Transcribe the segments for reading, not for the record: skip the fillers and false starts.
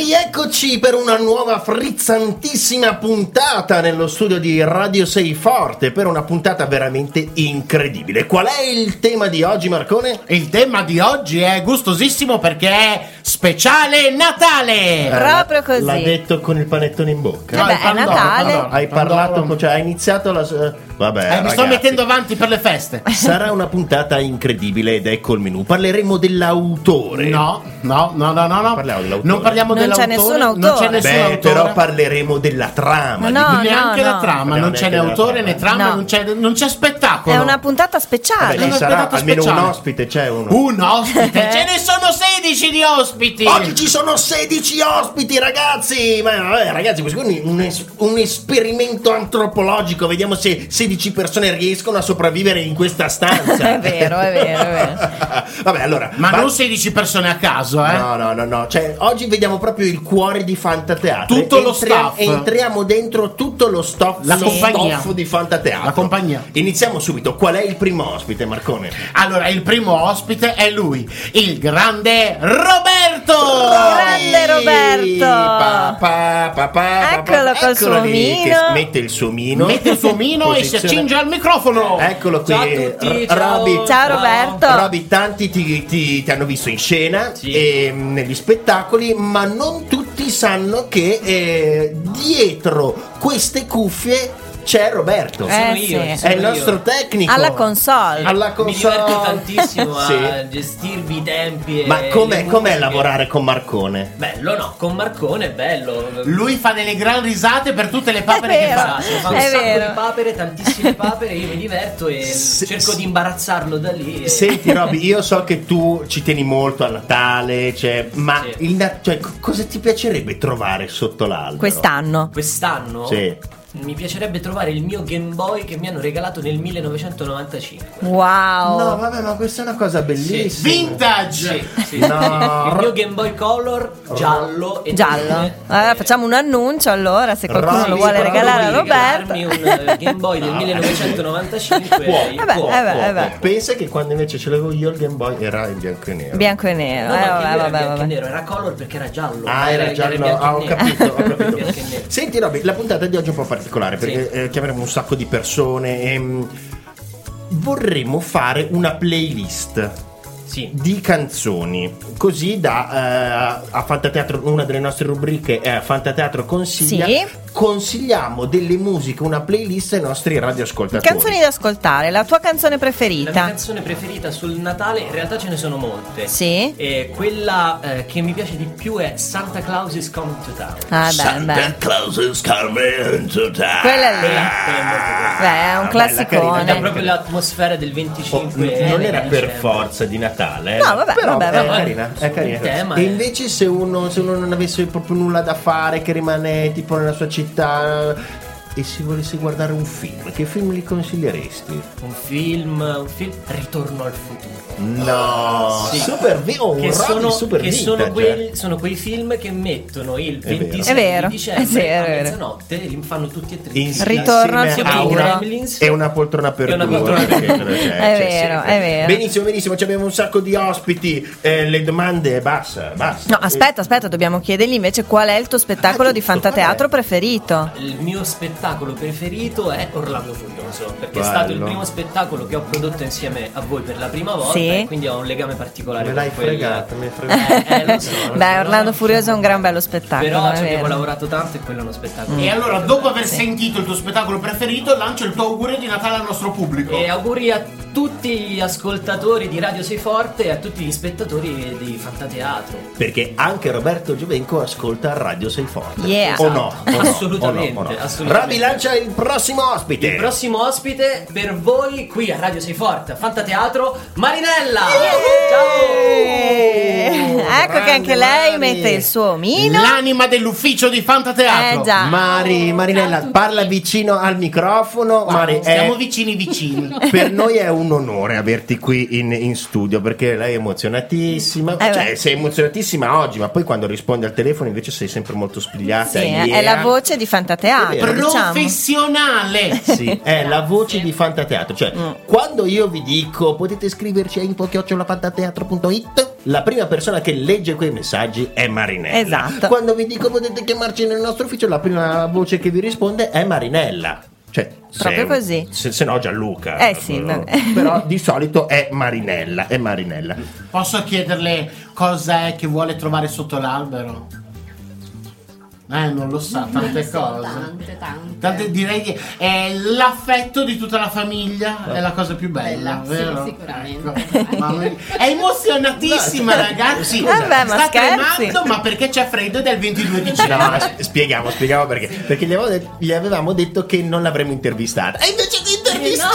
rieccoci per una nuova frizzantissima puntata nello studio di Radio 6 Forte, per una puntata veramente incredibile. Qual è il tema di oggi, Marcone? Il tema di oggi è gustosissimo perché è speciale Natale. Proprio così. L'ha detto con il panettone in bocca. Vabbè, è Natale. Hai parlato, cioè hai iniziato la... Vabbè, mi ragazzi, sto mettendo avanti per le feste. sarà una puntata incredibile ed ecco il menù. Parleremo dell'autore. No. Parliamo dell'autore. Non parliamo Non dell'autore. c'è nessun Non c'è autore. nessun Beh, autore. però parleremo della trama. No, Neanche no. la trama, No, non c'è né neanche la autore né trama. trama, No. non c'è spettacolo. È una puntata Vabbè, speciale. ci una sarà puntata almeno speciale. un ospite, c'è uno. Un ospite, ce ne sono 16 di ospiti. Oggi ci sono 16 ospiti, ragazzi! Ma vabbè, ragazzi, questo è un esperimento antropologico. Vediamo se 16 persone riescono a sopravvivere in questa stanza. È vero. Vabbè, allora. Ma non 16 persone a caso, eh? No. Cioè, oggi vediamo proprio il cuore di Fantateatro. Tutto lo staff. Entriamo dentro tutto lo staff, La compagnia. staff di Fantateatro. La compagnia. Iniziamo subito. Qual è il primo ospite, Marcone? Allora, il primo ospite è lui, il grande Roberto! Grande Roberto! Eccolo col suo lì, che omino. mette il suo omino. Mette il suo omino e si Posizione- accinge al microfono. Eccolo qui. Ciao a tutti, Roby. Ciao Roberto. Roby, tanti ti hanno visto in scena Sì. e negli spettacoli, ma non tutti sanno che dietro queste cuffie c'è Roberto. Sono sì. io, È sono il nostro io. tecnico. Alla console. Alla Mi console. diverto tantissimo a Sì. gestirvi i tempi. Ma e com'è le musiche. lavorare con Marcone? Bello, no, con Marcone è bello. Lui fa delle gran risate per tutte le papere È che vero. fa. Fa un È sacco vero. di papere, tantissime papere, io mi diverto e cerco di imbarazzarlo da lì. Senti Roby, io so che tu ci tieni molto a Natale, cioè, ma Sì. cosa ti piacerebbe trovare sotto l'albero? Quest'anno. Quest'anno Sì. mi piacerebbe trovare il mio Game Boy che mi hanno regalato nel 1995. Wow. No, vabbè, ma questa è una cosa bellissima. Vintage! Sì. No. Il mio Game Boy Color giallo e Giallo. Facciamo un annuncio allora, se qualcuno Roby, lo vuole Roby, regalare a Roberto. regalarmi un Game Boy del 1995 Può. Vabbè. Pensa che quando invece ce l'avevo io il Game Boy era in bianco e nero. Bianco e nero. No, ma anche lui era Vabbè. bianco e nero, era color perché era giallo. Ah, era giallo. in bianco e Ho nero. capito. Bianco e nero. Senti Roby, la puntata di oggi è un po' particolare perché Sì. chiameremo un sacco di persone e vorremmo fare una playlist Sì. di canzoni, così da a Fantateatro, una delle nostre rubriche è Fantateatro Consiglia. Sì. Consigliamo delle musiche, una playlist ai nostri radioascoltatori. Canzoni da ascoltare, la tua canzone La mia preferita? canzone preferita sul Natale, in realtà ce ne sono molte. Sì. E quella che mi piace di più è Santa Claus is Coming to Town. Ah, Santa beh. Claus is coming to town. Quella lì. Quella è molto Beh, è un bella, classicone. carina. È proprio l'atmosfera del 25. Non era per dicembre. forza di Natale. No, vabbè, però vabbè, è vabbè. carina, è carina. Il tema E è- invece se uno non avesse proprio nulla da fare, che rimane tipo nella sua città e si volesse guardare un film, che film gli consiglieresti? Un film Ritorno al futuro. No, Sì. super un Che Roby super che vintage. sono quei film che mettono il È vero. 26 È vero, di dicembre è vero, a è vero. mezzanotte e li fanno tutti e tre. Ritorno al Insieme a futuro. una- Gremlins. e una poltrona per E una due. poltrona per perché due. c'è È vero, sempre. è vero. Benissimo, ci abbiamo un sacco di ospiti. Le domande basta. No, aspetta, dobbiamo chiedergli invece qual è il tuo spettacolo di giusto, fantateatro preferito. Il mio spettacolo preferito è Orlando Furioso, perché è Bello. stato il primo spettacolo che ho prodotto insieme a voi per la prima volta Sì. e quindi ho un legame particolare Me l'hai con quel- fregato, mi hai fregato. Lo so, Beh, Orlando Furioso è un gran bello spettacolo. Però è ci abbiamo vero. lavorato tanto e quello è uno spettacolo. E allora, dopo aver sentito il tuo spettacolo preferito, lancio il tuo augurio di Natale al nostro pubblico. E auguri a tutti gli ascoltatori di Radio Sei Forte e a tutti gli spettatori di Fantateatro. Perché anche Roberto Giovenco ascolta Radio Sei Forte. Yeah. O no? O no? Assolutamente, O no? assolutamente. Rabi lancia il prossimo ospite. Il prossimo ospite per voi qui a Radio Sei Forte, a Fantateatro, Marinella! Ecco che anche lei Mari. mette il suo omino. L'anima dell'ufficio di Fantateatro. Già. Marinella, parla vicino al microfono. Mari, Stiamo vicini. per noi è un onore averti qui in studio perché lei è emozionatissima. Cioè, beh. sei emozionatissima oggi, ma poi quando rispondi al telefono invece sei sempre molto spigliata. Sì, yeah. è la voce di Fantateatro, È vero. diciamo. Professionale. Sì, è la voce di Fantateatro. Cioè, quando io vi dico potete scriverci a info@fantateatro.it, la prima persona che legge quei messaggi è Marinella. Esatto. Quando vi dico potete chiamarci nel nostro ufficio, la prima voce che vi risponde è Marinella. Cioè, Proprio così. Se no Gianluca. Sì, però di solito è Marinella. Posso chiederle cosa è che vuole trovare sotto l'albero? Non lo sa, tante cose. Tante, direi che è l'affetto di tutta la famiglia, è la cosa più bella, vero? Sì, sicuramente. Ecco. È emozionatissima, ragazzi. Vabbè, ma sta scherzi. tremando, ma perché c'è freddo ed è il 22 dicembre. No, spieghiamo perché. Perché gli avevamo detto che non l'avremmo intervistata. E invece ti intervistiamo!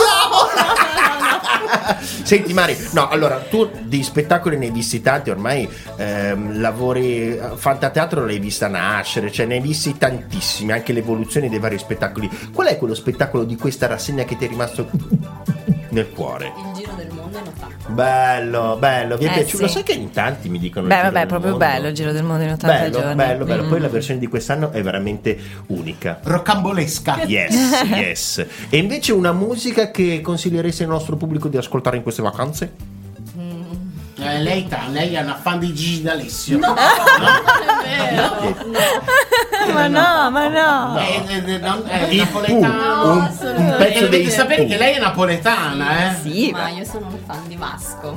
Senti Mari, no, allora tu di spettacoli ne hai visti tanti, ormai lavori, Fantateatro l'hai vista nascere, cioè ne hai visti tantissimi, anche l'evoluzione dei vari spettacoli. Qual è quello spettacolo di questa rassegna che ti è rimasto nel cuore? Il giro del mondo in 80. Bello, vi è piaciuto? Sì. Lo sai che in tanti mi dicono Beh, il giro vabbè, del proprio mondo? bello il giro del mondo in 80 giorni. Bello. Poi la versione di quest'anno è veramente unica. Rocambolesca. Yes. E invece una musica che consiglieresti al nostro pubblico di ascoltare in queste vacanze? Lei è una fan di Gigi D'Alessio. Non è vero. Ma no. È napoletano. Un pezzo Dovete dei sapere che lei è napoletana, Sì. Ma io sono un fan di Vasco.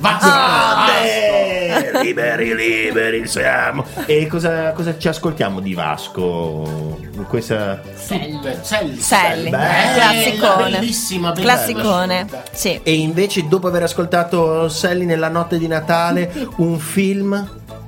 Liberi siamo. E cosa ci ascoltiamo di Vasco in questa? Selli. Bella, bellissima. Classicone. Sì. E invece dopo aver ascoltato Sally nella notte di Natale, un film?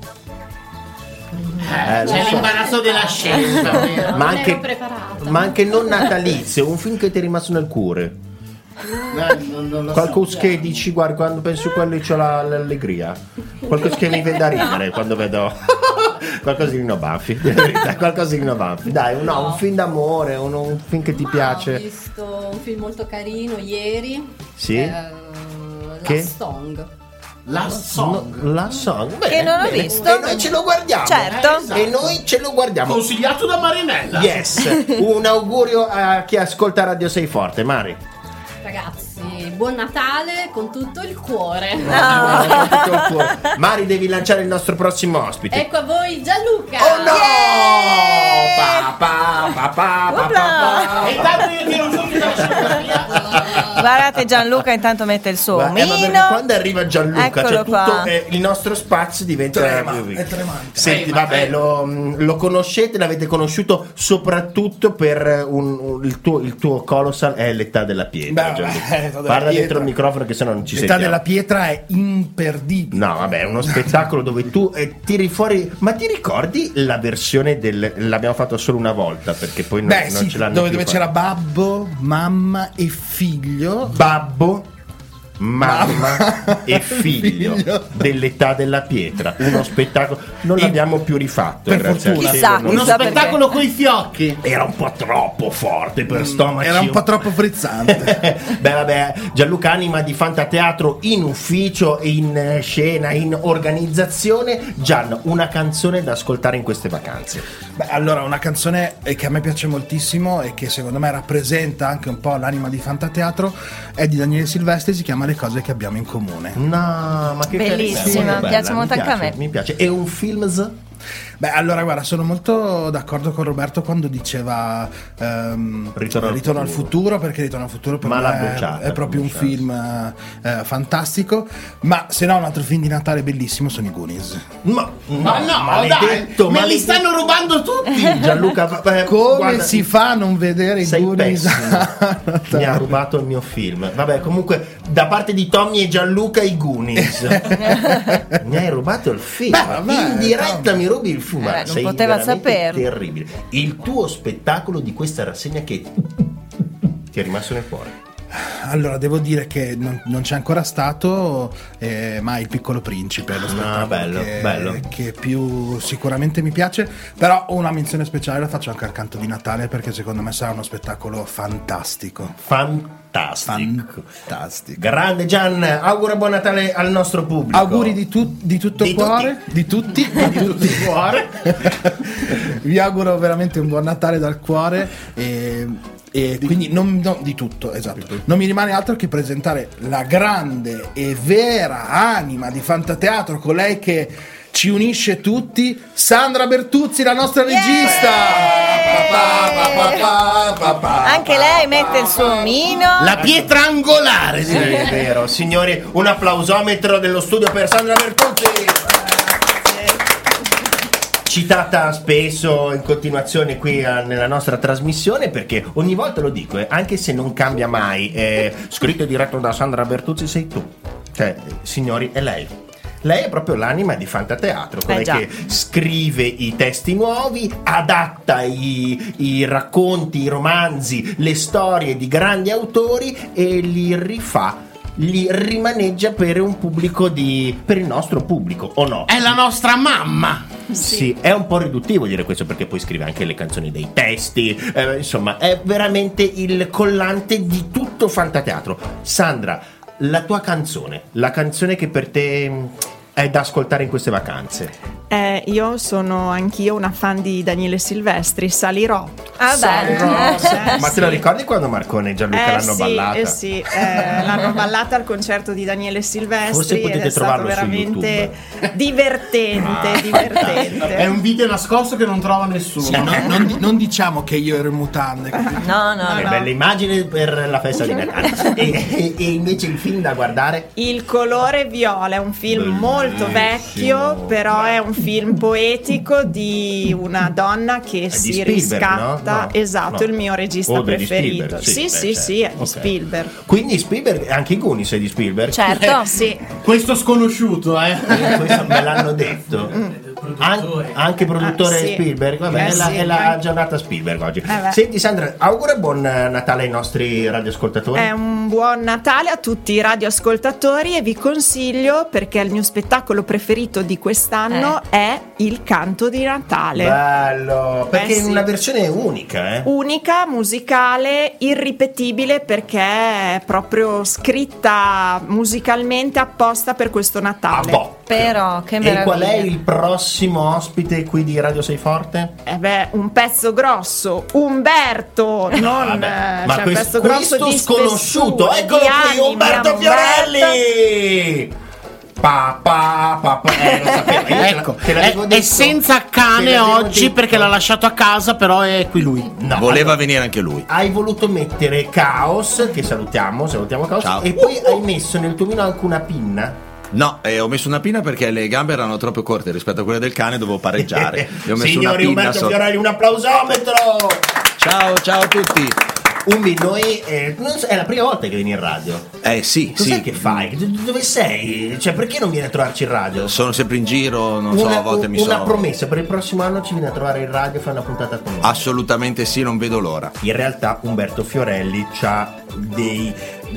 C'è l'imbarazzo della scelta, vero? Ma Non anche, ero preparata. ma anche non natalizio, un film che ti è rimasto nel cuore. Non lo Qualcosa so. che dici, guarda, quando penso a quello c'ho l'allegria. Qualcosa che mi viene da ridere quando vedo qualcosino Baffi. Qualcosino Baffi. Dai, un film d'amore, un film che ti Ma piace. Ho visto un film molto carino ieri. Sì? Che? Song. La Song. La Song. Bene, Che non ho bene. visto. E noi ce lo guardiamo. Certo. Esatto. E noi ce lo guardiamo. Consigliato da Marinella. Yes. Un augurio a chi ascolta Radio Sei Forte, Mari. Ragazzi, buon Natale con tutto il cuore. Mari, devi lanciare il nostro prossimo ospite. Ecco a voi Gianluca. Oh no! Upla! E tanto io tiro subito la scelta. Guardate, Gianluca intanto mette il suo Ma perché omino. quando arriva Gianluca, Eccolo cioè tutto qua. il nostro spazio diventa È tremante. Senti, vabbè, lo conoscete, l'avete conosciuto soprattutto per il tuo colossal è l'età della pietra. Beh, Gianluca. l'età della Parla pietra. dentro il microfono che sennò non ci L'età sentiamo. della pietra è imperdibile. No, vabbè, è uno spettacolo dove tu tiri fuori. Ma ti ricordi la versione l'abbiamo fatto solo una volta perché poi non Sì, ce l'hanno dove più c'era babbo, mamma e figlio. babbo, mamma e figlio dell'età della pietra. Uno spettacolo. Non l'abbiamo più rifatto. Per grazie al fortuna. cielo, Chissà, non- Uno chissà spettacolo coi fiocchi. Era un po' troppo forte per stomaci. Era un po' troppo frizzante. Beh, vabbè, Gianluca anima di Fantateatro in ufficio, in scena, in organizzazione. Gian, una canzone da ascoltare in queste vacanze. Beh, allora, una canzone che a me piace moltissimo e che secondo me rappresenta anche un po' l'anima di Fantateatro è di Daniele Silvestri, si chiama Le cose che abbiamo in comune. No, ma che Bellissima, carina, piace bella, molto mi anche a me. Mi piace. E un film? Beh, allora guarda, sono molto d'accordo con Roberto quando diceva Ritorno al futuro, perché Ritorno al futuro per Ma me l'ha bocciata, è proprio un bocciata. film fantastico. Ma se no un altro film di Natale bellissimo sono i Goonies. Ma no, maledetto, dai, me li stanno rubando tutti. Gianluca, Come guarda, si fa a non vedere i sei Goonies? pessimo. Mi ha rubato il mio film. Vabbè, comunque, da parte di Tommy e Gianluca, i Goonies. Mi hai rubato il film. Beh, vabbè, in diretta Tommy. mi rubi il film. Non Sei poteva veramente saperlo. terribile. Il tuo spettacolo di questa rassegna che ti è rimasto nel cuore. Allora, devo dire che non c'è ancora stato, ma Il Piccolo Principe è lo spettacolo bello. che più sicuramente mi piace. Però una menzione speciale la faccio anche al Canto di Natale, perché secondo me sarà uno spettacolo fantastico. Fantastico. Fantastico. Grande Gian, augura buon Natale al nostro pubblico. Auguri di tutto Di cuore, di tutti cuore. Vi auguro veramente un buon Natale dal cuore e E quindi di tutto, esatto. Non mi rimane altro che presentare la grande e vera anima di Fantateatro, colei che ci unisce tutti, Sandra Bertuzzi, la nostra regista. Anche lei mette il suo omino. La pietra angolare, Sì, è vero. Signori, un applausometro dello studio per Sandra Bertuzzi. Citata spesso in continuazione qui nella nostra trasmissione, perché ogni volta lo dico, anche se non cambia mai, scritto e diretto da Sandra Bertuzzi sei tu. Cioè, signori, è lei. Lei è proprio l'anima di Fantateatro, quella che scrive i testi nuovi, adatta i racconti, i romanzi, le storie di grandi autori e li rifà, li rimaneggia per un pubblico per il nostro pubblico, o no? È la nostra mamma. Sì, è un po' riduttivo dire questo, perché poi scrive anche le canzoni dei testi, insomma è veramente il collante di tutto Fantateatro. Sandra, la tua canzone, la canzone che per te è da ascoltare in queste vacanze. Io sono anch'io una fan di Daniele Silvestri, Salirò. Ma te lo ricordi quando Marcone e Gianluca l'hanno ballata? Sì, l'hanno ballata al concerto di Daniele Silvestri. Forse potete trovarlo stato veramente su divertente. È un video nascosto che non trova nessuno. Sì, non diciamo che io ero in mutande. No. Bella immagine per la festa di Natale. e invece il film da guardare? Il colore viola è un film molto vecchio, però è un film poetico di una donna che si riscatta. Esatto, il mio regista preferito. Sì, è di Spielberg. Quindi Spielberg, anche i Goonies è di Spielberg? Certo. Sì. Questo sconosciuto, Questo me l'hanno detto. Anche produttore Spielberg. Vabbè, è la giornata Spielberg oggi. Senti Sandra, augura buon Natale ai nostri radioascoltatori. È un buon Natale a tutti i radioascoltatori e vi consiglio, perché il mio spettacolo preferito di quest'anno è Il Canto di Natale. Bello, perché è una versione unica, unica, musicale, irripetibile, perché è proprio scritta musicalmente apposta per questo Natale. Però che meraviglia. E qual è il prossimo ospite qui di Radio Sei Forte? Un pezzo grosso, Umberto, un pezzo grosso di sconosciuto, eccolo qui, Umberto Fiorelli. Papà, lo sapevo. Ecco, è senza cane oggi perché l'ha lasciato a casa, però è qui lui. No, voleva venire anche lui. Hai voluto mettere Caos, che salutiamo Caos. Ciao. E poi hai messo nel tuo vino anche una pinna. No, ho messo una pinna perché le gambe erano troppo corte rispetto a quelle del cane, dovevo pareggiare. Ho messo Signori, una pinna Umberto Fiorelli, un applausometro. Ciao a tutti. Umbi, noi è la prima volta che vieni in radio. Sì. Cos'è che fai? Dove sei? Cioè, perché non vieni a trovarci in radio? Sono sempre in giro, non so, a volte mi sono... Una promessa, per il prossimo anno ci vieni a trovare in radio e fai una puntata con noi. Assolutamente sì, non vedo l'ora. In realtà Umberto Fiorelli c'ha dei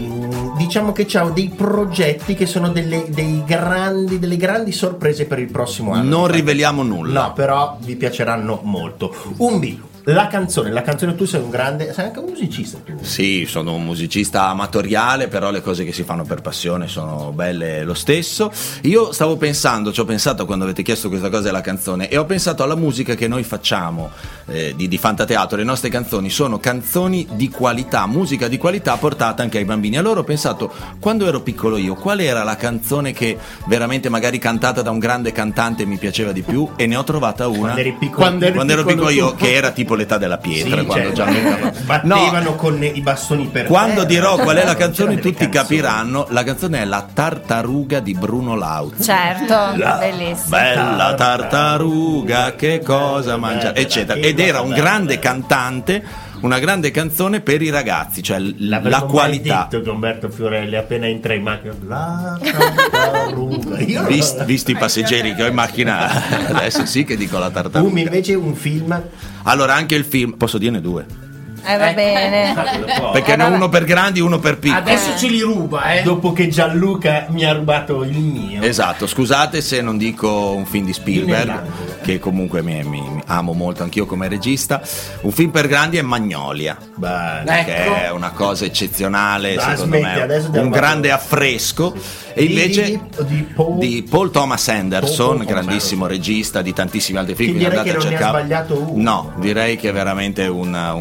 progetti che sono delle grandi sorprese per il prossimo anno. Non riveliamo nulla. No, però vi piaceranno molto. Umbi, la canzone, tu sei anche un musicista tu. Sì, sono un musicista amatoriale, però le cose che si fanno per passione sono belle lo stesso. Io ci ho pensato quando avete chiesto questa cosa della canzone, e ho pensato alla musica che noi facciamo di Fantateatro. Le nostre canzoni sono canzoni di qualità, musica di qualità portata anche ai bambini. Allora ho pensato, quando ero piccolo io, qual era la canzone che veramente magari cantata da un grande cantante mi piaceva di più, e ne ho trovata una quando ero piccolo io, che era tipo l'età della pietra, quando battevano con i bastoni per quando dirò qual è la canzone tutti capiranno. La canzone è La tartaruga di Bruno Lauzi. Certo, bellissima. Bella tartaruga, che cosa mangia, eccetera. Ed era un grande cantante, una grande canzone per i ragazzi, cioè la qualità. Mai detto che Umberto Fiorelli appena entra in macchina, la tartaruga. Visti i passeggeri che ho in macchina, adesso sì che dico la tartaruga. Invece un film. Allora, anche il film, posso dirne due? Va bene. Perché ne ho uno per grandi, uno per piccoli. Adesso ce li ruba, dopo che Gianluca mi ha rubato il mio. Esatto, scusate se non dico un film di Spielberg, che comunque mi amo molto anch'io come regista. Un film per grandi è Magnolia, che è una cosa eccezionale, secondo me, un grande affresco. E invece di Paul Thomas Anderson, grandissimo regista di tantissimi altri film. Direi che non ne ha sbagliato uno. No, direi che è veramente un grande regista.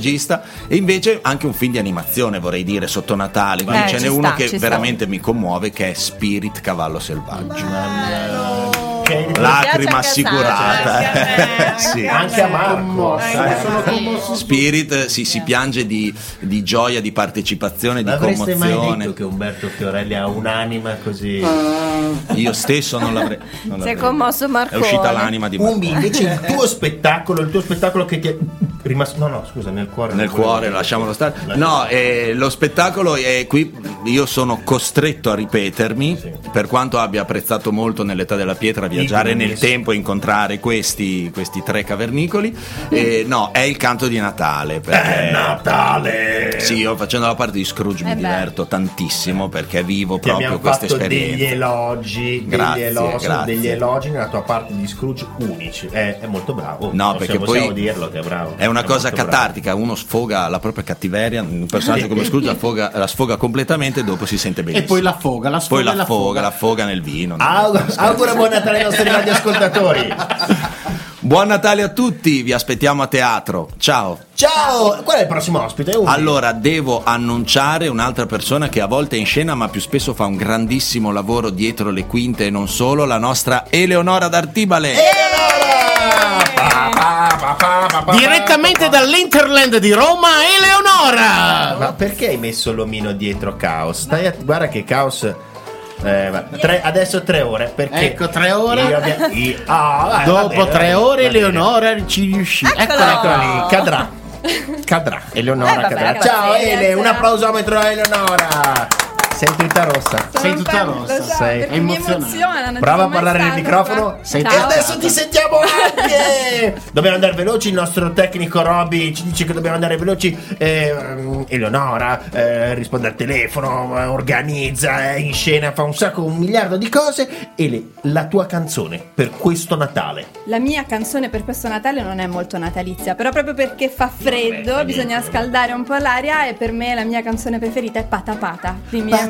regista, e invece anche un film di animazione, vorrei dire, sotto Natale, quindi ce n'è uno che veramente mi commuove, che è Spirit, Cavallo Selvaggio. Lacrima assicurata. Sì. Anche a Marco. Spirit si piange di gioia, di partecipazione, di commozione. Avreste mai detto che Umberto Fiorelli ha un'anima così? Io stesso non l'avrei. Si è commosso Marco. È uscita l'anima di Marco. Invece il tuo spettacolo che ti è rimasto. No, scusa, nel cuore. Nel cuore, lasciamolo stare. No, lo spettacolo è qui. Io sono costretto a ripetermi, per quanto abbia apprezzato molto nell'età della pietra viaggiare nel tempo e incontrare questi 3 cavernicoli. No, è il canto di Natale. È Natale! Sì, io facendo la parte di Scrooge mi diverto tantissimo, perché vivo proprio questa esperienza. Degli elogi nella tua parte di Scrooge unici. È molto bravo. No, perché possiamo dirlo che è bravo. È una cosa catartica, uno sfoga la propria cattiveria, un personaggio come Scrooge la sfoga completamente e dopo si sente benissimo. E poi la sfoga nel vino. Augura buon Natale ai nostri radioascoltatori. Buon Natale a tutti, vi aspettiamo a teatro. Ciao. Qual è il prossimo ospite? Allora, devo annunciare un'altra persona che a volte è in scena ma più spesso fa un grandissimo lavoro dietro le quinte, e non solo, la nostra Eleonora D'Artibale. Direttamente dall'Interland di Roma, Eleonora. Ma perché hai messo l'omino dietro Caos? Guarda che Caos adesso 3 ore, perché ecco 3 ore dopo 3 ore Eleonora ci riuscì. Eccola lì, cadrà Eleonora cadrà. Ciao Ele, un applausometro a Eleonora. Sei tutta rossa. Sei emozionata. Prova a parlare nel microfono. E adesso ti sentiamo anche. Dobbiamo andare veloci. Il nostro tecnico Robby ci dice che dobbiamo andare veloci. Eleonora risponde al telefono, organizza, è in scena, fa un miliardo di cose. Ele, la tua canzone per questo Natale? La mia canzone per questo Natale non è molto natalizia, però proprio perché fa freddo bisogna scaldare un po' l'aria, e per me la mia canzone preferita è Pata Pata di Mia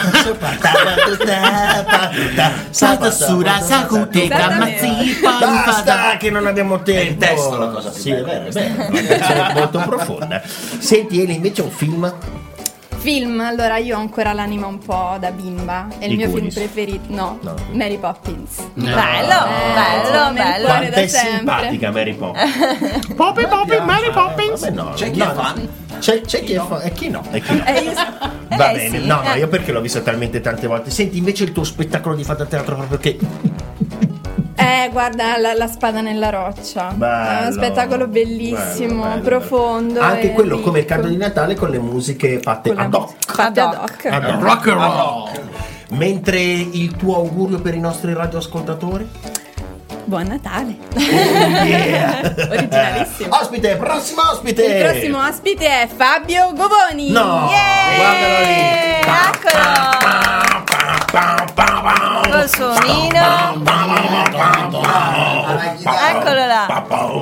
Basta che non abbiamo tempo. Il testo la cosa più bella. È molto profonda. Senti Eli, invece un film, allora io ho ancora l'anima un po' da bimba. È il mio film preferito. No, Mary Poppins. Bello. Quanto è simpatica Mary Poppins. Mary Poppins. C'è chi è fan? C'è chi è fan e chi no. Va bene. No, io perché l'ho vista talmente tante volte. Senti, invece il tuo spettacolo di fata teatro, proprio che guarda, la spada nella roccia. Bello, è uno spettacolo bellissimo, bello. Profondo. Anche quello ricco. Come il canto di Natale, con le musiche fatte ad hoc. Rock and roll. Mentre il tuo augurio per i nostri radioascoltatori? Buon Natale. Originalissimo. Prossimo ospite. Il prossimo ospite è Fabio Govoni. No, guardalo lì. Eccolo. Col suonino. Eccolo là.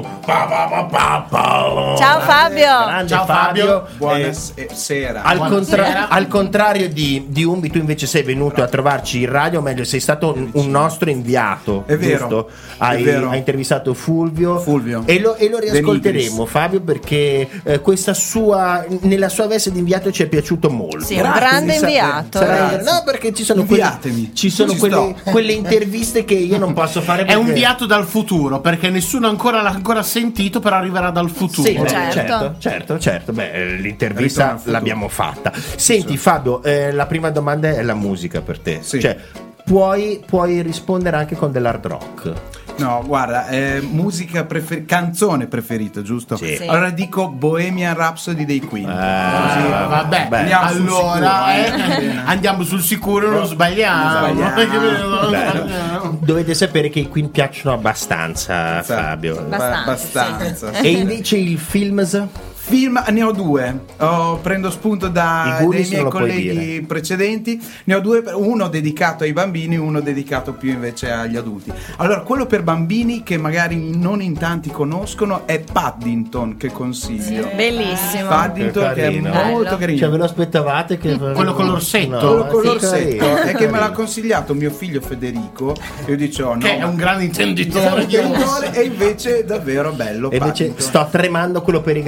Ciao Fabio. Ciao Fabio. Buonasera. Al contrario di Umbi, tu invece sei venuto a trovarci in radio, o meglio sei stato un nostro inviato. È vero. Giusto? Hai intervistato Fulvio e lo riascolteremo, Fabio, perché nella sua veste di inviato ci è piaciuto molto. Sì, un grande inviato. No, perché ci sono quelle interviste che io non posso fare perché... È un inviato dal futuro, perché nessuno ancora l'ha ancora sentito, però arriverà dal futuro. Sì, certo. Beh, l'intervista l'abbiamo fatta. Senti Fabio, la prima domanda è la musica per te. Sì. Cioè, puoi rispondere anche con dell'hard rock. No, guarda, musica canzone preferita, giusto? Sì. Allora dico Bohemian Rhapsody dei Queen. Vabbè, andiamo sul sicuro, non sbagliamo. Dovete sapere che i Queen piacciono abbastanza, Fabio. Abbastanza. E invece il film ne ho 2. Prendo spunto dai miei colleghi precedenti. Ne ho 2, uno dedicato ai bambini, uno dedicato più invece agli adulti. Allora, quello per bambini che magari non in tanti conoscono è Paddington, che consiglio. Bellissimo. Paddington, che è molto carino. Cioè, ve lo aspettavate che quello con l'orsetto? Quello con l'orsetto è che me l'ha consigliato mio figlio Federico. Io dicevo che è un grande intenditore e invece davvero bello. E invece sto tremando quello per i grandi, so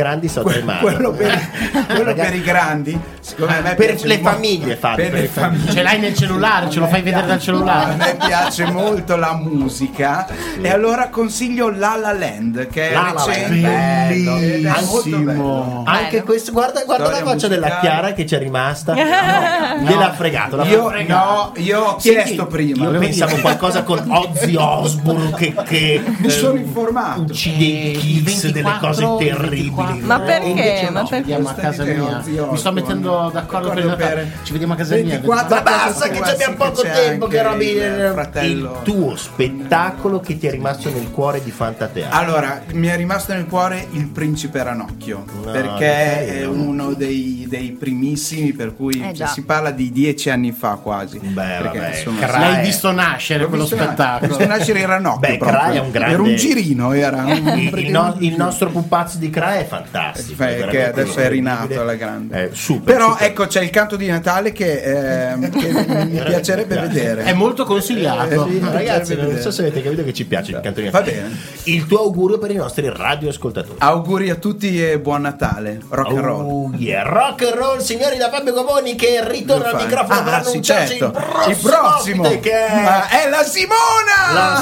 in mano. Quello per i grandi, secondo me per le famiglie per le famiglie. Ce l'hai nel cellulare, ce lo fai vedere dal cellulare. A me piace molto la musica e allora consiglio La La Land, che è recente, bellissimo. Anche questo, guarda la faccia della Chiara che ci è rimasta. Gliel'ha fregato. Io ho chiesto prima. Io pensavo qualcosa con Ozzy Osbourne che mi sono informato. Uccide i Kiss, delle cose terribili. Ma perché? Ci vediamo a casa mia. Mi sto mettendo d'accordo per il Natale. Ci vediamo a casa mia. Ma basta che abbiamo poco tempo, che Roby. Il tuo spettacolo che ti è rimasto nel cuore di Fantateatro. Allora, mi è rimasto nel cuore Il Principe Ranocchio, perché è uno dei primissimi, per cui si parla di 10 anni fa quasi. L'hai visto nascere quello spettacolo. L'ho visto nascere il Ranocchio. Cra è un grande. Era un girino, era il nostro pupazzo di Cra è fantastico. Che adesso è rinato alla grande. Super, però super. ecco, c'è il canto di Natale che mi piacerebbe vedere. È molto consigliato. Ragazzi, non so se avete capito che ci piace il canto di Natale. Va bene. Il tuo augurio per i nostri radioascoltatori. Auguri a tutti e buon Natale. Rock and roll. Rock and roll, signori, da Fabio Gavoni che ritorna al microfono per annunciarci il prossimo che è la Simona. La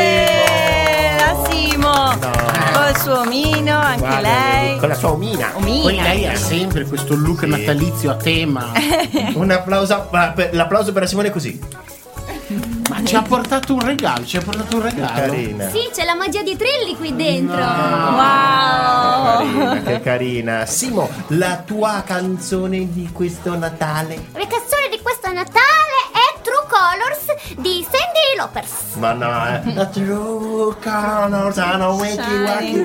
Simo. Con il suo omino, anche lei. Con la sua omina. Poi lei ha sempre questo look natalizio a tema. Un applauso. L'applauso per la Simone è così. Ma ci ha portato un regalo, Carina. Sì, c'è la magia di Trilli qui dentro. Wow. Che carina. Simo, la tua canzone di questo Natale? La canzone di questo Natale è True Colors di Cyndi Lauper. Ma no, True Colors hanno wakey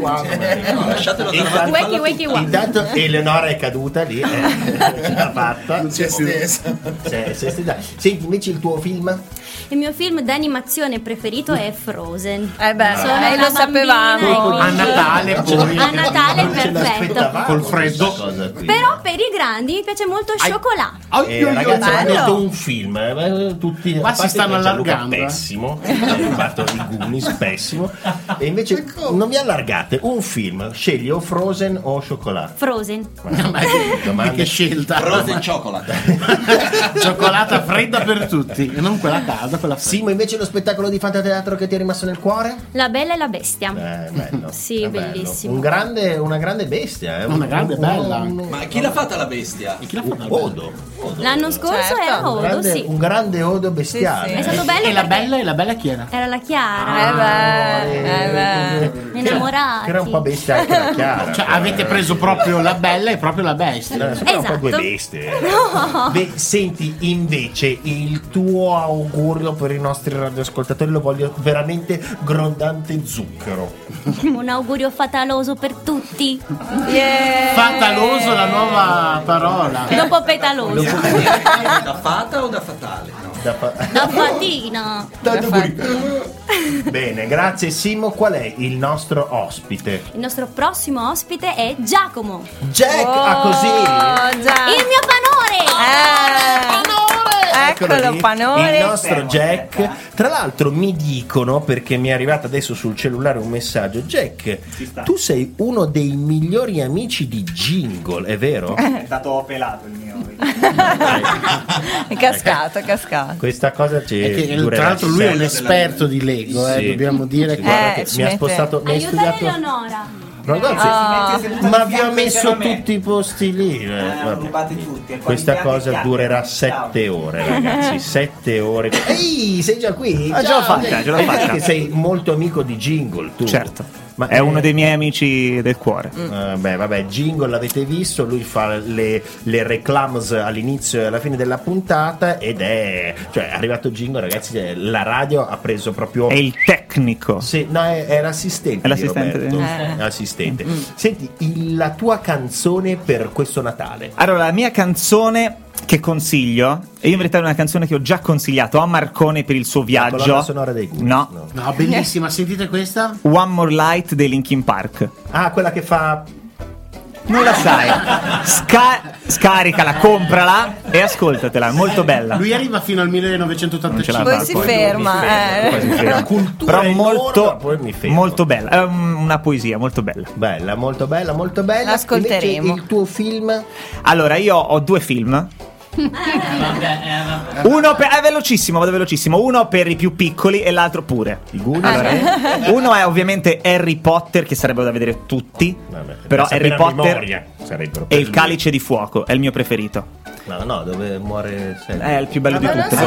wakey. Intanto Eleonora è caduta lì, ce l'ha fatta. Non si è stesa. Senti, invece il tuo film? Il mio film d'animazione preferito è Frozen. Lo sapevamo. A Natale poi. A Natale è perfetto. Col freddo. Però per i grandi mi piace molto il cioccolato. Ragazzi, hanno detto un film. Tutti qua si stanno allargando. Pessimo. Hanno fatto i Goonies, pessimo. E invece non vi allargate. Un film, scegli o Frozen o cioccolato. Frozen. Che scelta. Frozen chocolate. Cioccolata fredda per tutti e non quella calda. Simo, invece lo spettacolo di Fantateatro che ti è rimasto nel cuore? La Bella e la Bestia. Bello. Sì, bellissimo. Una grande bestia. Una grande bella. Ma chi l'ha fatta la bestia? Odo. L'anno scorso era Odo, sì. Un grande Odo bestiale. È stato bello. E la bella chi era? Era la Chiara. Innamorati. Che era un po' bestia anche la Chiara. Cioè, avete preso proprio la bella e proprio la bestia. Sono un po' due bestie. No. Senti, invece, il tuo augurio per i nostri radioascoltatori lo voglio veramente grondante zucchero. Un augurio fataloso per tutti. Fataloso, la nuova parola. Dopo petaloso. Da fata o da fatale? No. Da fatina. Bene, grazie Simo. Qual è il nostro ospite? Il nostro prossimo ospite è Giacomo. Jack, così. Il mio panore. Eccolo, panore. Il nostro Jack. Tra l'altro mi dicono, perché mi è arrivato adesso sul cellulare un messaggio: Jack, tu sei uno dei migliori amici di Jingle, è vero? È stato pelato il mio. È cascato. Questa cosa ci tra l'altro lui è un esperto di Lego, dobbiamo dire che mi ha spostato. Mi ha studiato Eleonora. Ragazzi, ma vi ho messo tutti i posti lì. Rubate tutti. Questa cosa durerà 7 ore, ragazzi. 7 ore. Ehi, sei già qui? Ce l'ho fatta. Perché sei molto amico di Jingle, tu. Certo. Ma è uno dei miei amici del cuore. Vabbè, Jingle l'avete visto, lui fa le reclams all'inizio e alla fine della puntata ed è arrivato Jingle, ragazzi, la radio ha preso proprio... È il tecnico. Sì, no, è l'assistente. È l'assistente di Roberto. È l'assistente. Senti, la tua canzone per questo Natale? Allora, la mia canzone che consiglio, e io in verità è una canzone che ho già consigliato a Marcone per il suo viaggio. La colonna sonora dei Goonies. No, bellissima, sentite questa? One More Light dei Linkin Park. Ah, quella che fa Non la sai. Scaricala, comprala e ascoltatela, è molto bella. Lui arriva fino al 1985. Poi si ferma. Però molto bella. È una poesia molto bella. Bella, molto bella, molto bella. Ascolteremo. Invece il tuo film? Allora, io ho 2 film. Uno è velocissimo, vado velocissimo. Uno per i più piccoli e l'altro pure. Allora, uno è ovviamente Harry Potter, che sarebbero da vedere tutti. Però Harry Potter e il Calice di Fuoco è il mio preferito. No, dove muore È il più bello di tutti.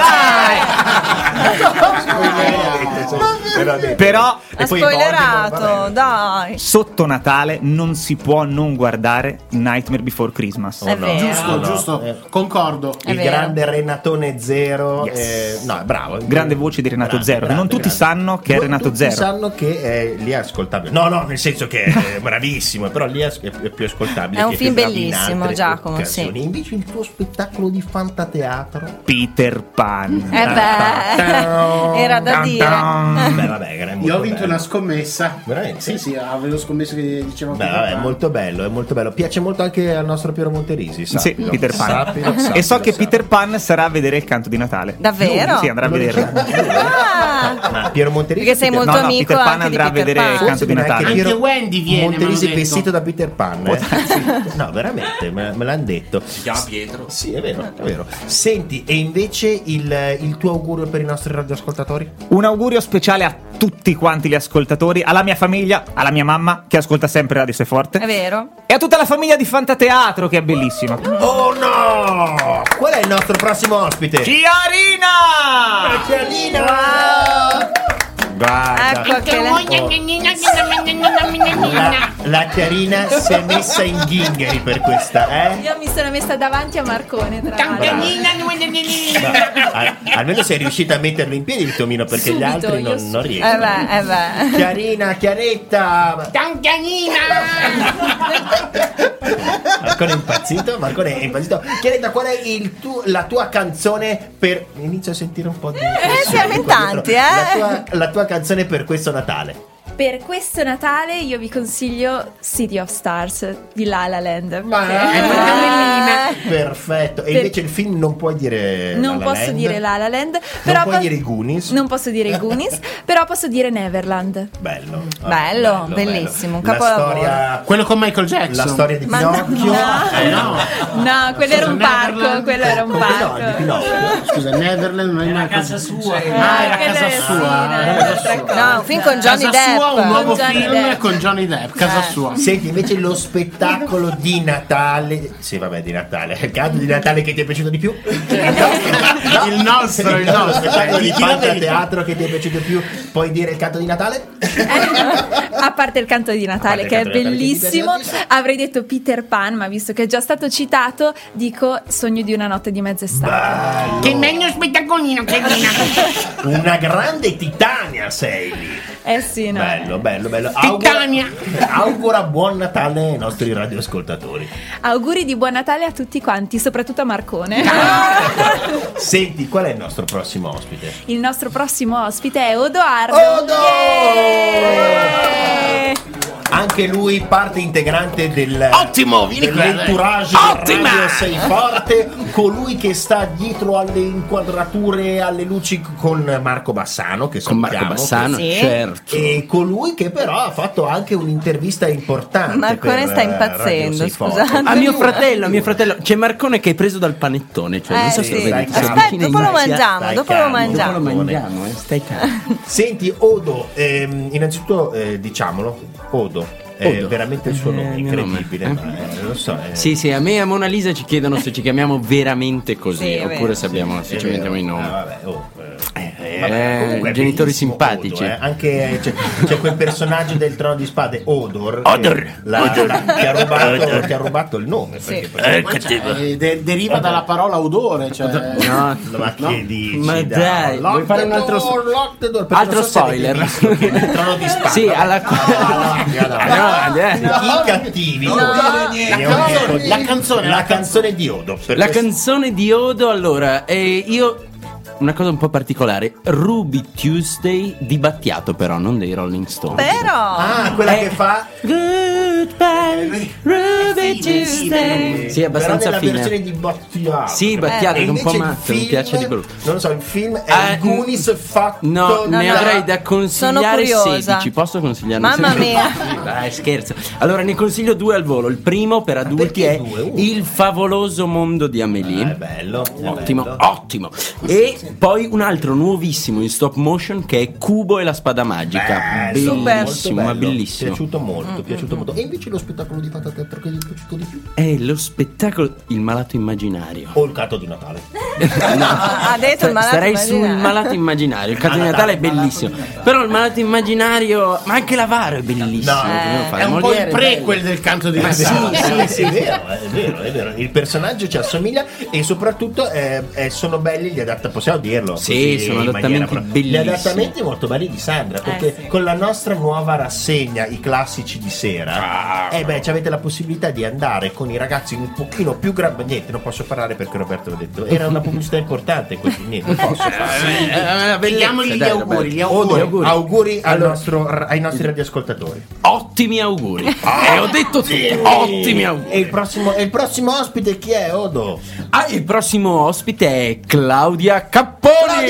Però ha spoilerato, dai. Sotto Natale non si può non guardare Nightmare Before Christmas. È vero. Giusto, concordo. Il grande Renatone Zero. No, bravo. Grande voce di Renato Zero. Non tutti sanno che è Renato Zero. Tutti sanno che è lì è ascoltabile. No, nel senso che è bravissimo, però lì è più ascoltabile. È un film bellissimo, Giacomo. Sì. Invece il tuo spettacolo di fantateatro, Peter Pan. Era da dire. Io ho vinto una scommessa. Veramente? Sì, avevo scommesso che diceva è molto bello, è molto bello. Piace molto anche al nostro Piero Monterisi. Sì, Peter Pan. E so che Peter Pan sarà a vedere il Canto di Natale. Davvero? Sì, andrà a vederlo. Ma Piero Monterisi, perché sei molto amico Peter Pan anche andrà a vedere il Canto di Natale. Anche Wendy viene. Monterisi vestito da Peter Pan. No, veramente, me l'hanno detto. Si chiama Pietro. Sì, è vero, è vero. Senti, e invece il tuo augurio per i nostri radioascoltatori? Un augurio speciale a tutti quanti gli ascoltatori, alla mia famiglia, alla mia mamma che ascolta sempre Radio Sei Forte. È vero. E a tutta la famiglia di Fantateatro che è bellissima. Oh no! Qual è il nostro prossimo ospite? Chiarina! Guarda, Ecco che la Chiarina si è messa in ghingheri per questa, Io mi sono messa davanti a Marcone, tra l'altro. Almeno sei riuscita a metterlo in piedi il Tomino, perché gli altri non riescono. Chiarina, Chiaretta. Marcone è impazzito. Chiaretta, qual è la tua canzone per... Inizio a sentire un po' di... siamo in tanti, La tua canzone per questo Natale. Per questo Natale io vi consiglio City of Stars di La La Land. Perfetto. E invece il film non puoi dire non posso dire La La Land, però non puoi dire i Goonies. Non posso dire i Goonies, però posso dire Neverland. Bello, bellissimo, un capolavoro. Quello con Michael Jackson. La storia di Pinocchio. No, quello era un parco, di Pinocchio. Scusa, Neverland non è Era casa sua. Era casa sua. No, un film con Johnny Depp. Un nuovo film con Johnny Depp, casa sua. Senti, invece lo spettacolo di Natale. Sì, vabbè, di Natale. Il canto di Natale che ti è piaciuto di più? Il nostro spettacolo di fantateatro che ti è piaciuto di più. Puoi dire il canto di Natale? A parte il canto di Natale, che è bellissimo, avrei detto Peter Pan, ma visto che è già stato citato, dico Sogno di una notte di mezz'estate. Che meglio spettacolino, Chiarina. Una grande Titania sei lì. Sì, no. Bello. Titania. Augura buon Natale ai nostri radioascoltatori. Auguri di buon Natale a tutti quanti, soprattutto a Marcone. Senti, qual è il nostro prossimo ospite? Il nostro prossimo ospite è Odoardo. Anche lui parte integrante dell'entourage Radio Sei Forte, colui che sta dietro alle inquadrature, alle luci con Marco Bassano, che con Marco Bassano, certo. E colui che però ha fatto anche un'intervista importante. Marcone sta impazzendo, scusate. A mio fratello, c'è Marcone che è preso dal panettone, cioè non so se lo vedi. Aspetta, dopo lo mangiamo. Stai calmo. Senti, Odo, innanzitutto diciamolo, Odo è veramente il suo nome, incredibile, lo so. Sì, a me e a Mona Lisa ci chiedono se ci chiamiamo veramente così, oppure se ci mettiamo i nomi. Genitori simpatici. Odo, anche c'è quel personaggio del Trono di Spade, Odor. Che ha rubato il nome. Deriva dalla parola odore. No, ma che dici? Ma dai, vuoi fare un altro spoiler? Il Trono di Spade. Sì, alla i cattivi. La canzone di Odo. La canzone di Odo, allora, io una cosa un po' particolare, Ruby Tuesday di Battiato, però non dei Rolling Stones. Però quella che fa Good Goodbye, Ruby Tuesday. Sì, abbastanza però fine. Nella versione di Battiato. Sì, Battiato, che è un po' matto, mi piace di brutto. Non lo so, il film è Goonies fatto. No, ne avrei da consigliare Sono curiosa. 16. Posso consigliarne Mamma 16? mia. Dai, scherzo. Allora, ne consiglio 2 al volo. Il primo per adulti è Il favoloso mondo di Amélie. È bello. Ottimo. E poi un altro nuovissimo in stop motion che è Cubo e la spada magica. Bellissimo, ma bellissimo. Piaciuto molto. E invece lo spettacolo di Fatateatro che ti è piaciuto di più? È lo spettacolo Il malato immaginario. O il gatto di Natale. Ha detto il malato Sarei immaginario. sul malato immaginario. Il gatto di Natale è bellissimo. Però il malato immaginario, ma anche l'avaro è bellissimo. È un po' il prequel del canto di Natale. Sì, è vero. Il personaggio ci assomiglia e soprattutto sono belli gli adattamente, possiamo dirlo. Sì, sono adattamenti bellissimi. Gli adattamenti molto belli di Sandra, perché con la nostra nuova rassegna, i classici di sera, ci avete la possibilità di andare con i ragazzi un pochino più grandi. Niente, non posso parlare perché Roberto l'ha detto. Era una pubblicità importante, quindi niente, non posso fare. Vediamogli gli auguri. Ai nostri radioascoltatori. Ottimi auguri. E ho detto tutti. Ottimi auguri. E il prossimo ospite chi è, Odo? Il prossimo ospite è Claudia Capponi.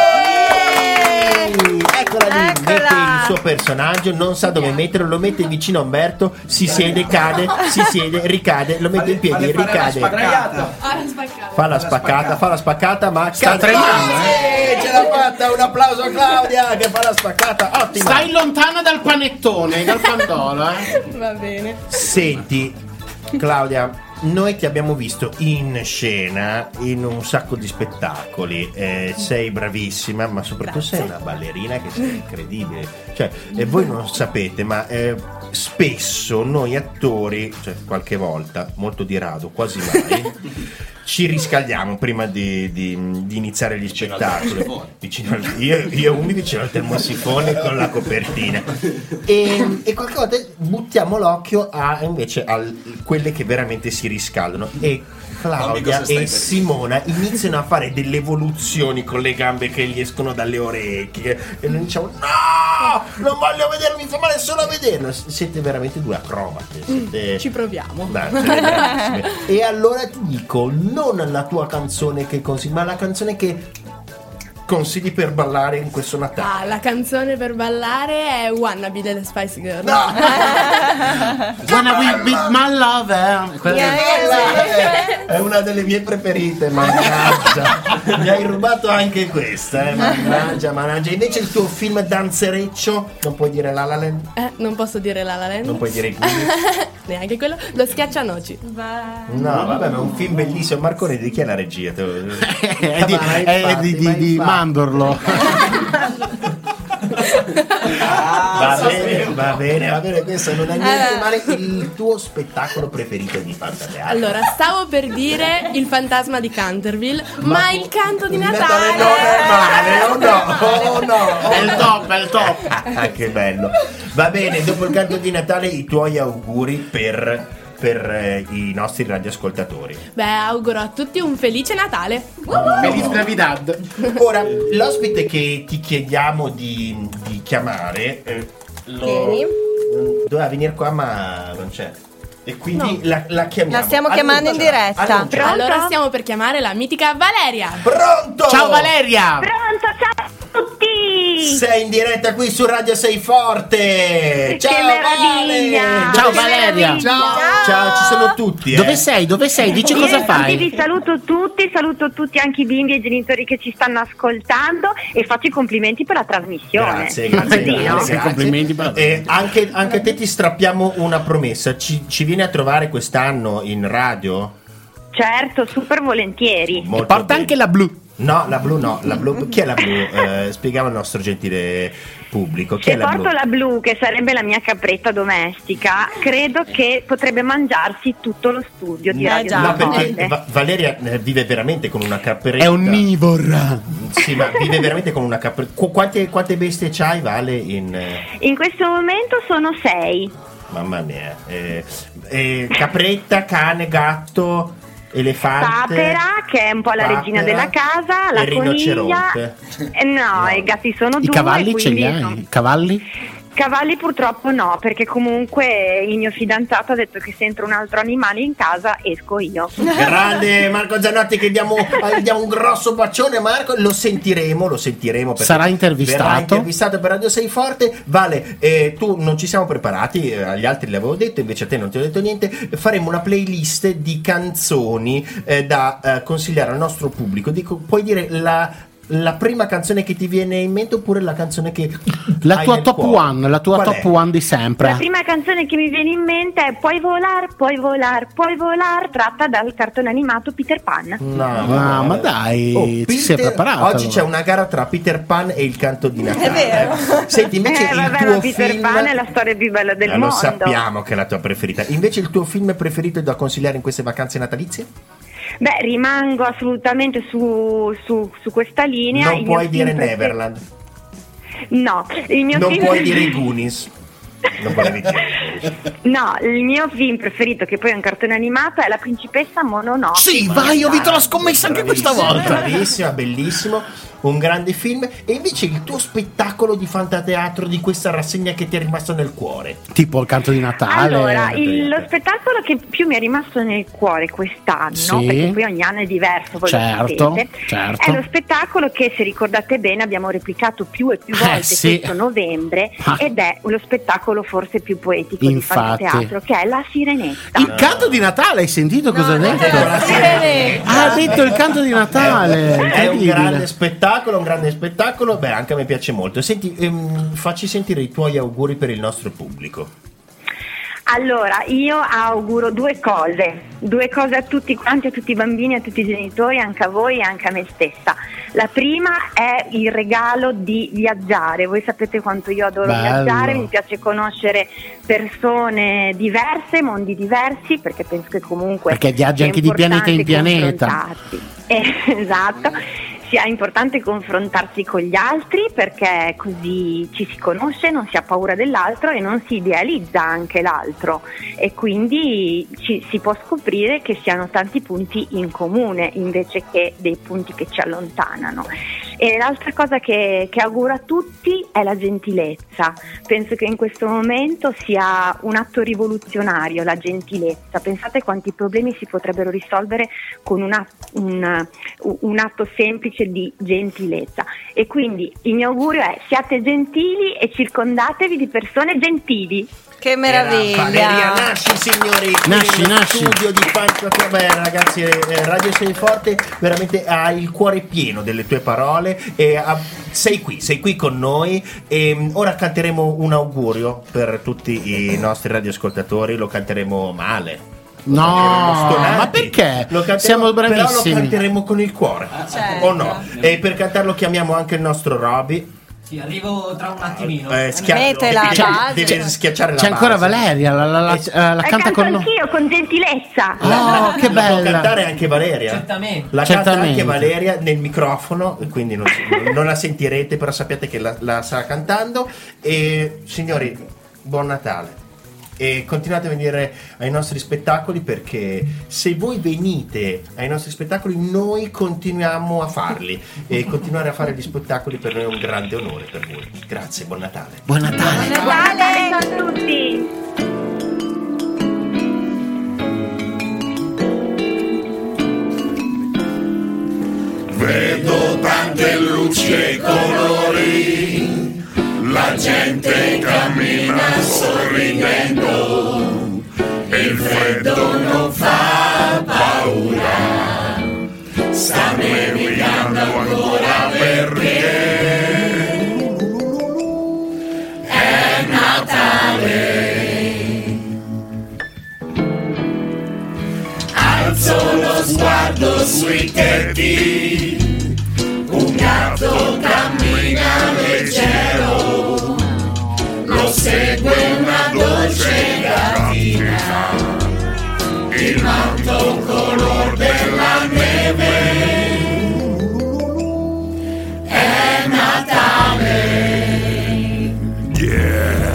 Eccola lì, mette il suo personaggio, non sa dove metterlo, lo mette vicino a Umberto, si siede, cade, si siede, ricade, lo mette in piedi, ricade. Fa la spaccata, ma sta tremando. Ce l'ha fatta, un applauso a Claudia che fa la spaccata, ottima. Stai lontana dal panettone, dal pandolo, Va bene. Senti, Claudia, noi ti abbiamo visto in scena in un sacco di spettacoli, sei bravissima, ma soprattutto sei una ballerina che sei incredibile. Cioè, voi non sapete, ma spesso noi attori, cioè qualche volta, molto di rado, quasi mai, ci riscaldiamo prima di iniziare gli spettacoli. Io vicino al termosifone con la copertina. E qualche volta buttiamo l'occhio invece a quelle che veramente si riscaldano. E Claudia e Simona iniziano a fare delle evoluzioni con le gambe che gli escono dalle orecchie. E noi diciamo: no, non voglio vederlo, mi fa male solo a vederlo. Siete veramente due acrobate. Ci proviamo. E allora ti dico, non la tua canzone che consigli, ma la canzone che consigli per ballare in questo Natale. La canzone per ballare è Wannabe delle Spice Girls. No! Wannabe with my lover. È una delle mie preferite, mannaggia. Mi hai rubato anche questa, mannaggia. Invece il tuo film danzereccio, non puoi dire La La Land? Non posso dire La La Land. Non puoi dire i Queen? Neanche quello. Lo Schiaccianoci. No, vabbè, ma è un film bellissimo. Marcone, di chi è la regia? È di Mandorlo. Va bene, questo non è niente male. Il tuo spettacolo preferito di Fantateatro? Allora, stavo per dire Il fantasma di Canterville, ma il canto di Natale non è male, no. È il top. Che bello. Va bene, dopo il canto di Natale i tuoi auguri per i nostri radioascoltatori. Auguro a tutti un felice Natale. Feliz Navidad. Ora, l'ospite che ti chiediamo di chiamare doveva venire qua, ma non c'è. E quindi la chiamiamo. La stiamo chiamando in diretta. Allora stiamo per chiamare la mitica Valeria. Pronto? Ciao Valeria. Pronto, ciao a tutti. Sei in diretta qui su Radio Sei Forte. Ciao meraviglia. Ciao Valeria. Ciao, ci sono tutti. Dove sei? Dici cosa fai? Vi saluto tutti, anche i bimbi e i genitori che ci stanno ascoltando, e faccio i complimenti per la trasmissione. Grazie. Complimenti per la anche a te ti strappiamo una promessa. Ci vieni a trovare quest'anno in radio? Certo, super volentieri. Molto porta bene. anche la blu. No, la blu. Chi è la blu? Spieghiamo al nostro gentile pubblico. Chi Se è la porto blu? la blu, che sarebbe la mia capretta domestica, credo che potrebbe mangiarsi tutto lo studio di Radio No, Forte. perché Valeria vive veramente con una capretta. È onnivora. Sì, ma vive veramente con una capretta. Quante bestie c'hai, Vale? In questo momento sono 6. Mamma mia. Capretta, cane, gatto, elefante. Papera, che è un po' la regina della casa, la e coniglia. rinoceronte. No, i gatti sono I due. cavalli ce li quindi hai? I cavalli? Cavalli purtroppo no, perché comunque il mio fidanzato ha detto che se entra un altro animale in casa esco io. Grande Marco Zanotti, che diamo un grosso bacione. Marco, lo sentiremo perché sarà intervistato. Verrà intervistato per Radio 6 Forte. Vale, tu non ci siamo preparati, agli altri le avevo detto, invece a te non ti ho detto niente. Faremo una playlist di canzoni da consigliare al nostro pubblico. Puoi dire la prima canzone che ti viene in mente, oppure la canzone che la tua top one di sempre? La prima canzone che mi viene in mente è Puoi volar, puoi volar, puoi volar, tratta dal cartone animato Peter Pan. No, ma dai, ci sei preparato. Oggi c'è una gara tra Peter Pan e il canto di Natale. È vero. Senti, invece il tuo Peter film... Pan è la storia più bella del mondo. Lo sappiamo che è la tua preferita. Invece il tuo film preferito da consigliare in queste vacanze natalizie? Beh, rimango assolutamente su questa linea. Non puoi dire Neverland. No, il mio non film... puoi dire i Goonies. Non volevi dire. No, il mio film preferito, che poi è un cartone animato, è La principessa Mononoke. Sì, vai, ho vinto la scommessa anche questa volta. Bravissima, bellissimo. Un grande film. E invece il tuo spettacolo di fantateatro di questa rassegna che ti è rimasto nel cuore? Tipo il canto di Natale. Allora, lo spettacolo che più mi è rimasto nel cuore quest'anno, sì, perché poi ogni anno è diverso, voi certo, lo sapete, certo, è lo spettacolo che, se ricordate bene, abbiamo replicato più e più volte sì, questo novembre, ed è lo spettacolo forse più poetico di fantateatro, che è La Sirenetta. Il canto di Natale, hai sentito cosa ha detto? Ha detto il canto di Natale. È un grande spettacolo, beh, anche a me piace molto. Senti, facci sentire i tuoi auguri per il nostro pubblico. Allora, io auguro due cose a tutti quanti, a tutti i bambini, a tutti i genitori, anche a voi e anche a me stessa. La prima è il regalo di viaggiare. Voi sapete quanto io adoro viaggiare, mi piace conoscere persone diverse, mondi diversi, perché penso che comunque perché viaggi anche di pianeta in pianeta. Esatto. Sia importante confrontarsi con gli altri, perché così ci si conosce, non si ha paura dell'altro e non si idealizza anche l'altro, e quindi si può scoprire che si hanno tanti punti in comune invece che dei punti che ci allontanano. E l'altra cosa che auguro a tutti è la gentilezza. Penso che in questo momento sia un atto rivoluzionario la gentilezza. Pensate quanti problemi si potrebbero risolvere con un atto semplice di gentilezza. E quindi il mio augurio è: siate gentili e circondatevi di persone gentili. Che meraviglia! Valeria Nasci, signori, Nasci. Studio di Fantasia. Beh, ragazzi, Radio 6 Forte veramente ha il cuore pieno delle tue parole, e sei qui con noi, e ora canteremo un augurio per tutti i nostri radioascoltatori. Lo canteremo male. No, ma perché? Siamo bravissimi. Però lo canteremo con il cuore, certo, o no? E per cantarlo chiamiamo anche il nostro Roby. Sì, arrivo tra un attimino. Deve schiacciare la C'è ancora base. Valeria, la canta con noi. Anch'io con gentilezza. Oh, che la bella. può cantare anche Valeria. Certamente. La canta anche Valeria nel microfono, quindi non la sentirete, però sappiate che la sta cantando. E signori, buon Natale. E continuate a venire ai nostri spettacoli, perché se voi venite ai nostri spettacoli noi continuiamo a farli, e continuare a fare gli spettacoli per noi è un grande onore per voi. Grazie, buon Natale. Buon Natale. Buon Natale a tutti. Vedo tante luci e colori, la gente cammina sorridendo, il freddo non fa paura, sta nevicando ancora perché è Natale. Alzo lo sguardo sui tetti, un gatto cammina leggero, lo segue una dolce gattina, il manto color della neve, è Natale. Yeah.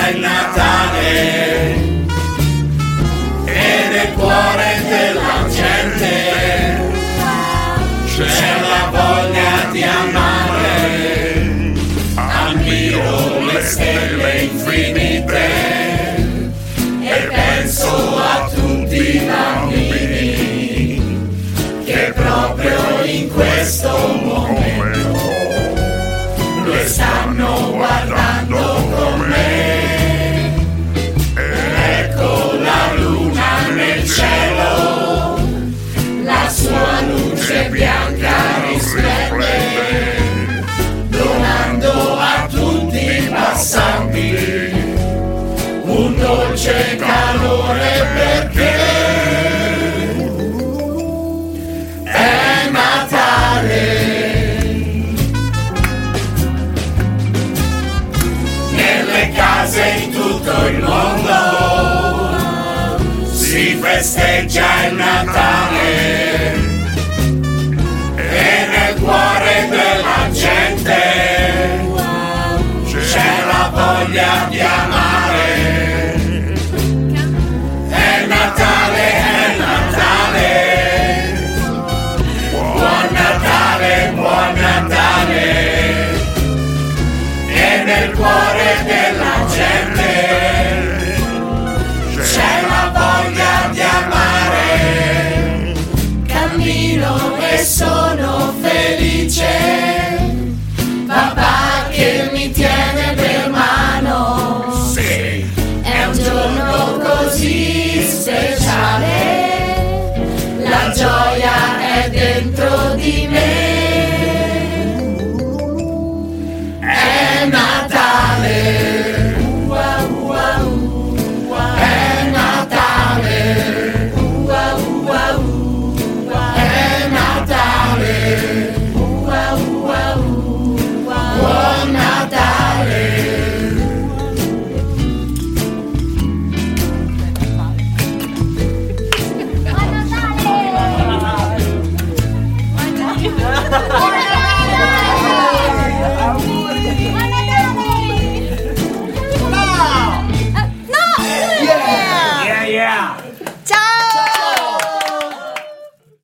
è Natale e nel cuore della gente c'è la voglia di amare. Ammiro le stelle infinite e penso a tutti i bambini che proprio in questo momento le stanno guardando con me. Ecco la luna nel cielo, la sua luce bianca risplende, donando a tutti i passanti un dolce calore, perché è Natale. Nelle case in tutto il mondo si festeggia il Natale e nel cuore della gente c'è la voglia di amare. È Natale, è Natale, buon Natale, buon Natale. E nel cuore della gente c'è la voglia di amare. Cammino e sono felice, papà che mi tiene per mano. Sì. È un giorno così speciale, la gioia è dentro di me. È Natale, è Natale, è Natale, buon Natale. Ciao!